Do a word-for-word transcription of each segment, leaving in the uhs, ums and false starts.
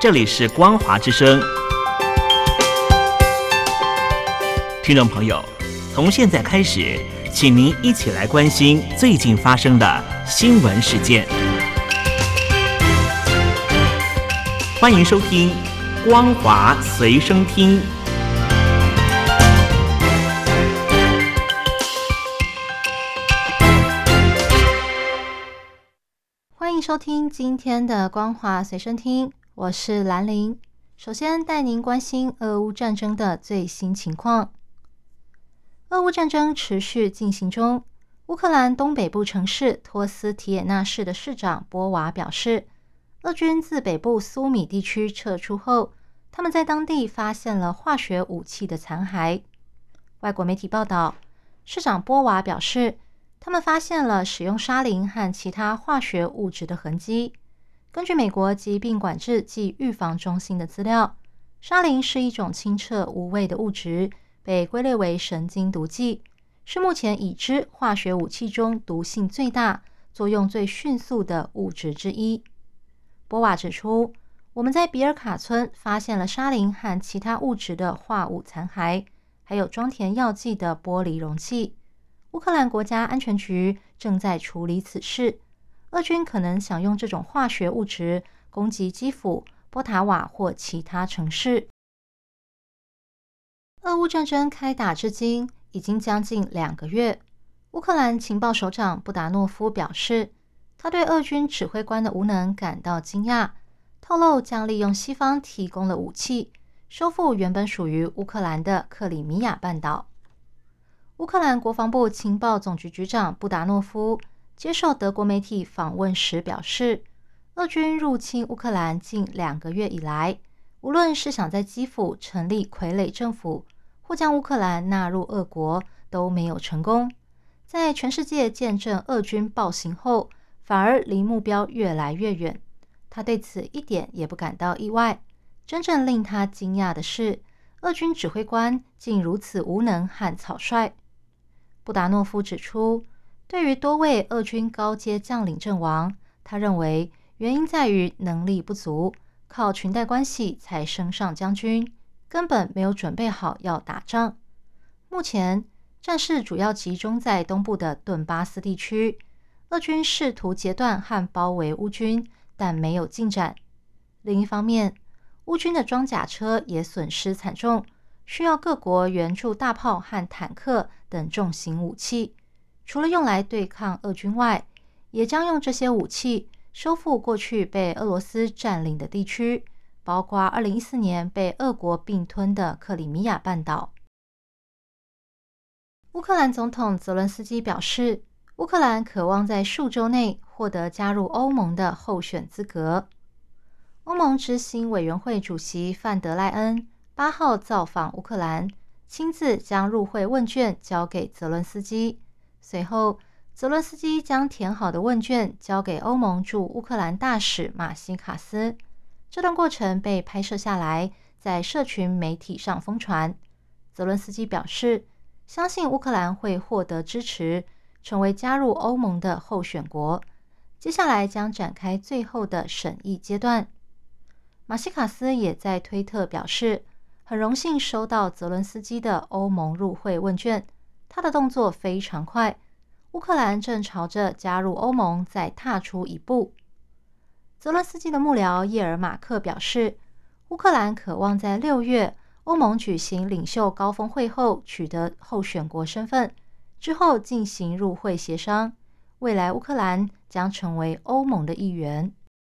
这里是光华之声。听众朋友，从现在开始，请您一起来关心最近发生的新闻事件。欢迎收听光华随声听。 欢迎收听今天的光华随身听，我是兰玲。首先带您关心俄乌战争的最新情况。俄乌战争持续进行中，乌克兰东北部城市托斯提也纳市的市长波娃表示，俄军自北部苏米地区撤出后，他们在当地发现了化学武器的残骸。外国媒体报道，市长波娃表示，他们发现了使用沙林和其他化学物质的痕迹。根据美国疾病管制及预防中心的资料，沙林是一种清澈无味的物质，被归类为神经毒剂，是目前已知化学武器中毒性最大、作用最迅速的物质之一。波瓦指出，我们在比尔卡村发现了沙林和其他物质的化物残骸，还有装填药剂的玻璃容器。乌克兰国家安全局正在处理此事。俄军可能想用这种化学物质攻击基辅、波塔瓦或其他城市。俄乌战争开打至今已经将近两个月。乌克兰情报首长布达诺夫表示，他对俄军指挥官的无能感到惊讶，透露将利用西方提供的武器，收复原本属于乌克兰的克里米亚半岛。乌克兰国防部情报总局局长布达诺夫接受德国媒体访问时表示，俄军入侵乌克兰近两个月以来，无论是想在基辅成立傀儡政府，或将乌克兰纳入俄国，都没有成功。在全世界见证俄军暴行后，反而离目标越来越远。他对此一点也不感到意外。真正令他惊讶的是，俄军指挥官竟如此无能和草率。布达诺夫指出，对于多位俄军高阶将领阵亡，他认为原因在于能力不足，靠裙带关系才升上将军，根本没有准备好要打仗。目前战事主要集中在东部的顿巴斯地区，俄军试图截断和包围乌军，但没有进展。另一方面，乌军的装甲车也损失惨重，需要各国援助大炮和坦克等重型武器。除了用来对抗俄军外，也将用这些武器收复过去被俄罗斯占领的地区，包括二零一四年被俄国并吞的克里米亚半岛。乌克兰总统泽伦斯基表示，乌克兰渴望在数周内获得加入欧盟的候选资格。欧盟执行委员会主席范德赖恩八号造访乌克兰，亲自将入会问卷交给泽伦斯基。随后，泽伦斯基将填好的问卷交给欧盟驻乌克兰大使马西卡斯。这段过程被拍摄下来，在社群媒体上疯传。泽伦斯基表示，相信乌克兰会获得支持，成为加入欧盟的候选国。接下来将展开最后的审议阶段。马西卡斯也在推特表示，很荣幸收到泽伦斯基的欧盟入会问卷，他的动作非常快，乌克兰正朝着加入欧盟再踏出一步。泽伦斯基的幕僚叶尔马克表示，乌克兰渴望在六月欧盟举行领袖高峰会后取得候选国身份，之后进行入会协商，未来乌克兰将成为欧盟的一员。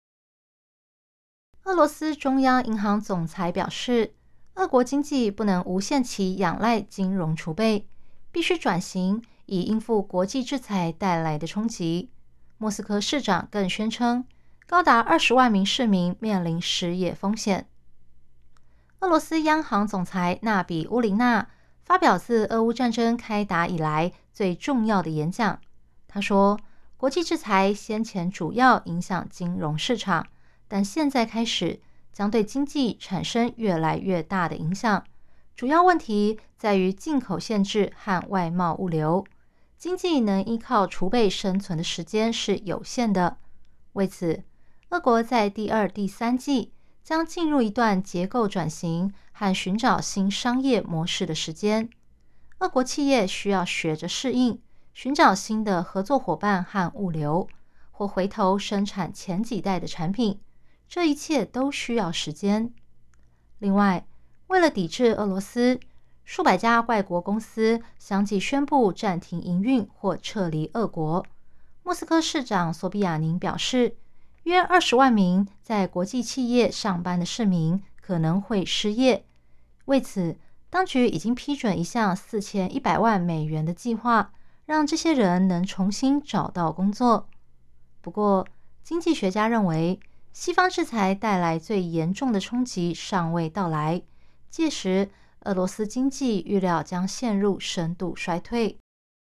俄罗斯中央银行总裁表示，俄国经济不能无限期仰赖金融储备，必须转型以应付国际制裁带来的冲击。莫斯科市长更宣称，高达二十万名市民面临失业风险。俄罗斯央行总裁纳比乌林娜发表自俄乌战争开打以来最重要的演讲。他说，国际制裁先前主要影响金融市场，但现在开始将对经济产生越来越大的影响。主要问题在于进口限制和外贸物流。经济能依靠储备生存的时间是有限的。为此，俄国在第二、第三季将进入一段结构转型和寻找新商业模式的时间。俄国企业需要学着适应，寻找新的合作伙伴和物流，或回头生产前几代的产品，这一切都需要时间。另外，为了抵制俄罗斯，数百家外国公司相继宣布暂停营运或撤离俄国。莫斯科市长索比亚宁表示，约二十万名在国际企业上班的市民可能会失业。为此，当局已经批准一项四千一百万美元的计划，让这些人能重新找到工作。不过，经济学家认为，西方制裁带来最严重的冲击尚未到来，届时俄罗斯经济预料将陷入深度衰退。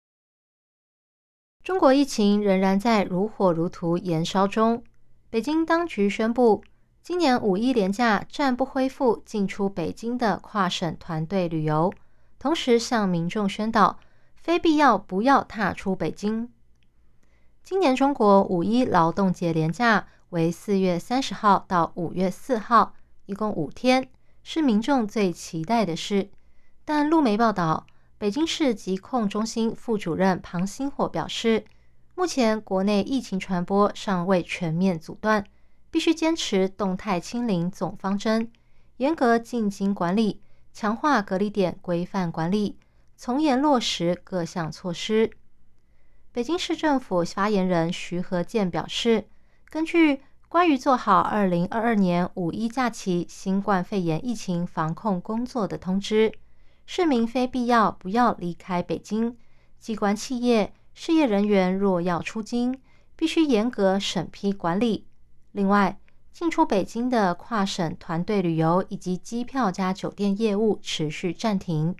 中国疫情仍然在如火如荼延烧中。北京当局宣布，今年五一连假暂不恢复进出北京的跨省团队旅游，同时向民众宣导，非必要不要踏出北京。今年中国五一劳动节连假为四月三十号到五月四号，一共五天，是民众最期待的事。但路媒报道，北京市疾控中心副主任庞星火表示，目前国内疫情传播尚未全面阻断，必须坚持动态清零总方针，严格进京管理，强化隔离点规范管理，从严落实各项措施。北京市政府发言人徐和建表示，根据关于做好二零二二年五一假期新冠肺炎疫情防控工作的通知，市民非必要不要离开北京，机关企业、事业人员若要出京，必须严格审批管理。另外，进出北京的跨省团队旅游以及机票加酒店业务持续暂停。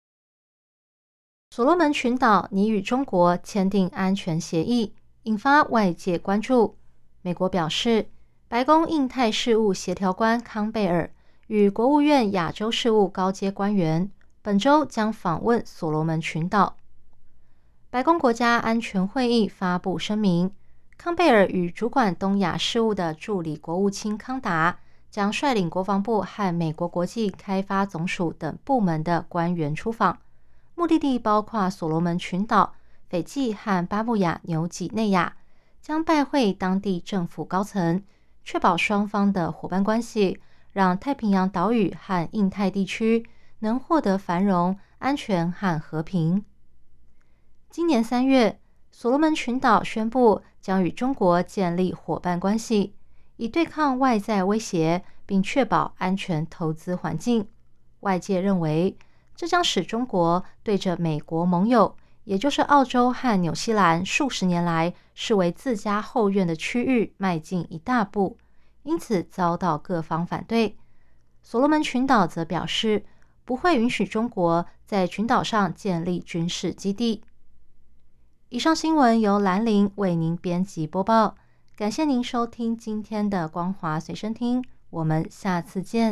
所罗门群岛拟与中国签订安全协议，引发外界关注。美国表示，白宫印太事务协调官康贝尔与国务院亚洲事务高阶官员本周将访问所罗门群岛。白宫国家安全会议发布声明，康贝尔与主管东亚事务的助理国务卿康达将率领国防部和美国国际开发总署等部门的官员出访，目的地包括所罗门群岛、斐济和巴布亚纽几内亚，将拜会当地政府高层，确保双方的伙伴关系，让太平洋岛屿和印太地区能获得繁荣、安全和和平。今年三月，所罗门群岛宣布将与中国建立伙伴关系，以对抗外在威胁，并确保安全投资环境。外界认为，这将使中国对着美国盟友，也就是澳洲和纽西兰数十年来视为自家后院的区域迈进一大步，因此遭到各方反对。所罗门群岛则表示，不会允许中国在群岛上建立军事基地。以上新闻由兰陵为您编辑播报，感谢您收听今天的光华随身听，我们下次见。